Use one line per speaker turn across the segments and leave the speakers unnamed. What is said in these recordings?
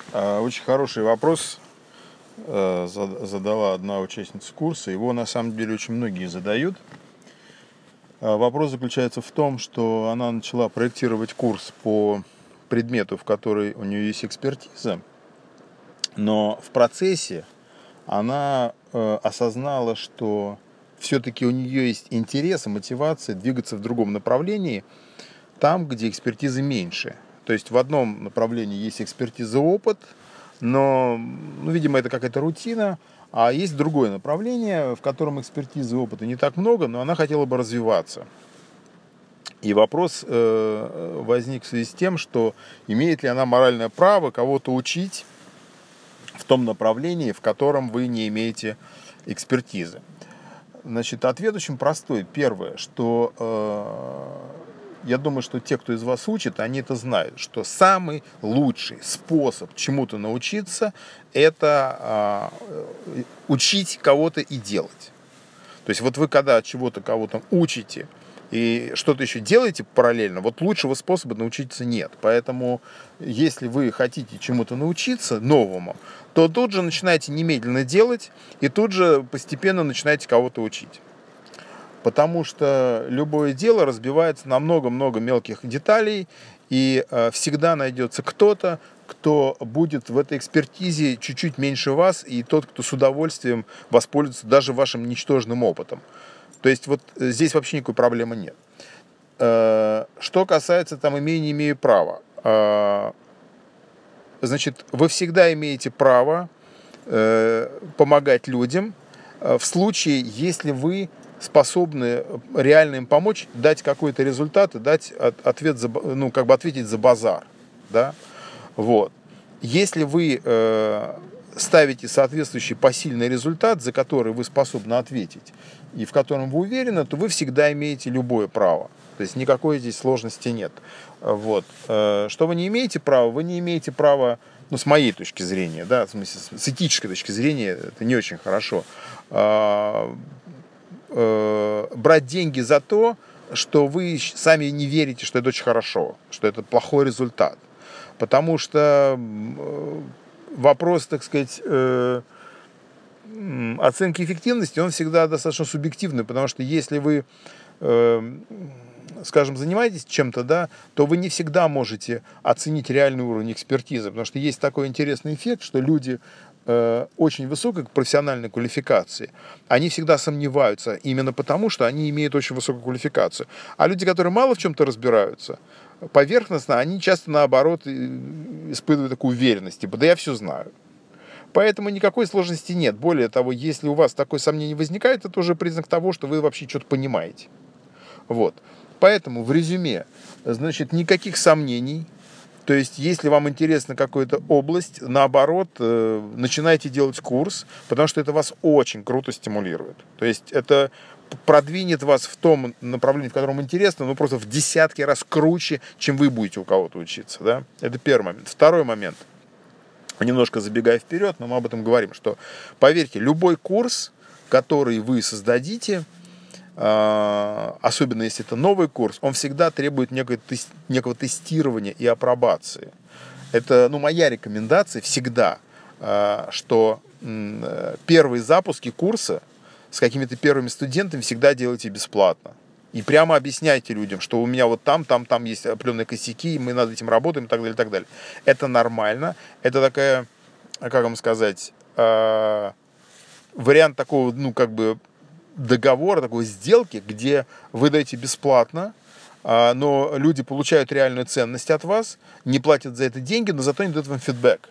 Очень хороший вопрос задала одна участница курса. Его на самом деле очень многие задают. Вопрос заключается в том, что она начала проектировать курс по предмету, в который у нее есть экспертиза, но в процессе она осознала, что все-таки у нее есть интерес и мотивация двигаться в другом направлении, там, где экспертизы меньше. То есть в одном направлении есть экспертиза и опыт, но, видимо, это какая-то рутина, а есть другое направление, в котором экспертизы и опыта не так много, но она хотела бы развиваться. И вопрос возник в связи с тем, что имеет ли она моральное право кого-то учить в том направлении, в котором вы не имеете экспертизы. Значит, ответ очень простой. Первое, что я думаю, что те, кто из вас учит, они это знают, что самый лучший способ чему-то научиться – это учить кого-то и делать. То есть вот вы когда чего-то кого-то учите и что-то еще делаете параллельно, вот лучшего способа научиться нет. Поэтому если вы хотите чему-то научиться новому, то тут же начинаете немедленно делать и тут же постепенно начинаете кого-то учить. Потому что любое дело разбивается на много-много мелких деталей, и всегда найдется кто-то, кто будет в этой экспертизе чуть-чуть меньше вас, и тот, кто с удовольствием воспользуется даже вашим ничтожным опытом. То есть вот здесь вообще никакой проблемы нет. Что касается там имею, не имею права. Значит, вы всегда имеете право помогать людям в случае, если вы способны реально им помочь, дать какой-то результат и дать ответ, ответить за базар. Да? Вот. Если вы ставите соответствующий посильный результат, за который вы способны ответить, и в котором вы уверены, то вы всегда имеете любое право. То есть никакой здесь сложности нет. Вот. Что вы не имеете права? Вы не имеете права, с моей точки зрения, да, в смысле, с этической точки зрения, это не очень хорошо, брать деньги за то, что вы сами не верите, что это очень хорошо, что это плохой результат. Потому что вопрос, так сказать, оценки эффективности, он всегда достаточно субъективный, потому что если вы, скажем, занимаетесь чем-то, да, то вы не всегда можете оценить реальный уровень экспертизы, потому что есть такой интересный эффект, что люди очень высокой профессиональной квалификации, они всегда сомневаются именно потому, что они имеют очень высокую квалификацию. А люди, которые мало в чем-то разбираются, поверхностно, они часто, наоборот, испытывают такую уверенность, типа, да я все знаю. Поэтому никакой сложности нет. Более того, если у вас такое сомнение возникает, это уже признак того, что вы вообще что-то понимаете. Вот. Поэтому в резюме, значит, никаких сомнений. То есть, если вам интересна какая-то область, наоборот, начинайте делать курс, потому что это вас очень круто стимулирует. То есть, это продвинет вас в том направлении, в котором интересно, просто в десятки раз круче, чем вы будете у кого-то учиться. Да? Это первый момент. Второй момент. Немножко забегая вперед, но мы об этом говорим, что, поверьте, любой курс, который вы создадите, особенно если это новый курс, он всегда требует некого тестирования и апробации. Это моя рекомендация всегда, что первые запуски курса с какими-то первыми студентами всегда делайте бесплатно. И прямо объясняйте людям, что у меня вот там есть определенные косяки, и мы над этим работаем и так далее, и так далее. Это нормально. Это такая, как вам сказать, вариант такого, договора, такой сделки, где вы даете бесплатно, но люди получают реальную ценность от вас, не платят за это деньги, но зато они дают вам фидбэк.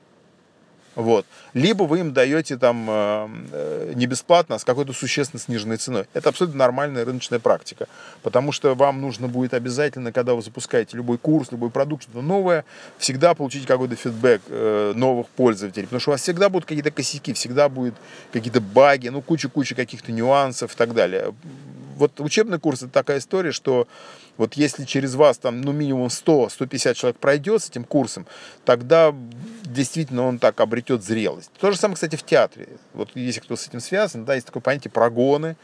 Вот. Либо вы им даете там не бесплатно, а с какой-то существенно сниженной ценой. Это абсолютно нормальная рыночная практика. Потому что вам нужно будет обязательно, когда вы запускаете любой курс, любой продукт, что-то новое, всегда получить какой-то фидбэк новых пользователей. Потому что у вас всегда будут какие-то косяки, всегда будут какие-то баги, куча каких-то нюансов и так далее. Вот учебный курс — это такая история, что вот если через вас там, минимум 100-150 человек пройдет с этим курсом, тогда действительно он так обретет зрелость. То же самое, кстати, в театре. Вот если кто с этим связан, да, есть такое понятие прогоны.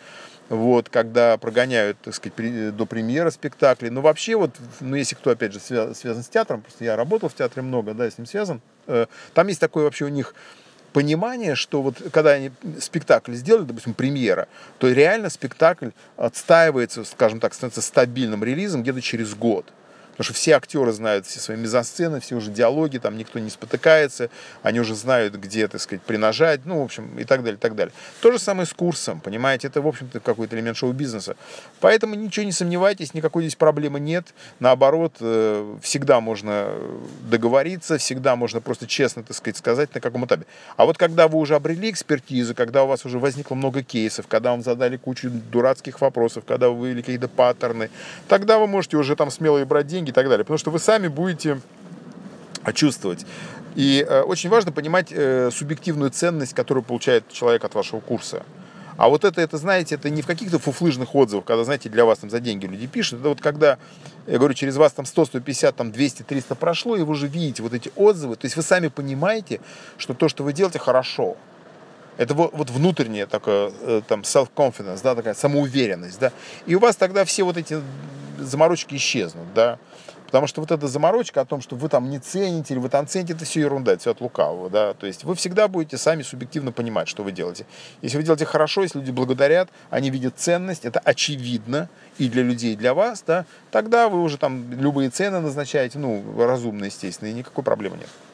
вот, когда прогоняют, так сказать, до премьеры спектаклей. Но вообще, вот, ну, если кто, опять же, связан с театром, просто я работал в театре много, да, я с ним связан, там есть такое вообще у них понимание, что вот когда они спектакль сделали, допустим, премьера, то реально спектакль отстаивается, скажем так, становится стабильным релизом где-то через год. Потому что все актеры знают все свои мизансцены, все уже диалоги, там никто не спотыкается, они уже знают, где, так сказать, принажать, ну, в общем, и так далее, и так далее. То же самое с курсом, понимаете, это, в общем-то, какой-то элемент шоу-бизнеса. Поэтому ничего не сомневайтесь, никакой здесь проблемы нет. Наоборот, всегда можно договориться, всегда можно просто честно, так сказать, на каком этапе. А вот когда вы уже обрели экспертизу, когда у вас уже возникло много кейсов, когда вам задали кучу дурацких вопросов, когда вы вывели какие-то паттерны, тогда вы можете уже там смело и брать деньги и так далее. Потому что вы сами будете чувствовать. И очень важно понимать субъективную ценность, которую получает человек от вашего курса. А вот это, знаете, это не в каких-то фуфлыжных отзывах, когда, знаете, для вас там за деньги люди пишут. Это вот когда, я говорю, через вас там 100, 150, там 200, 300 прошло, и вы уже видите вот эти отзывы. То есть вы сами понимаете, что то, что вы делаете, хорошо. Это вот внутренняя такая, там, self-confidence, да, такая самоуверенность, да. И у вас тогда все вот эти заморочки исчезнут, да. Потому что вот эта заморочка о том, что вы там не цените или вы там цените, это все ерунда, это все от лукавого, да. То есть вы всегда будете сами субъективно понимать, что вы делаете. Если вы делаете хорошо, если люди благодарят, они видят ценность, это очевидно и для людей, и для вас, да, тогда вы уже там любые цены назначаете, ну, разумно, естественно, и никакой проблемы нет.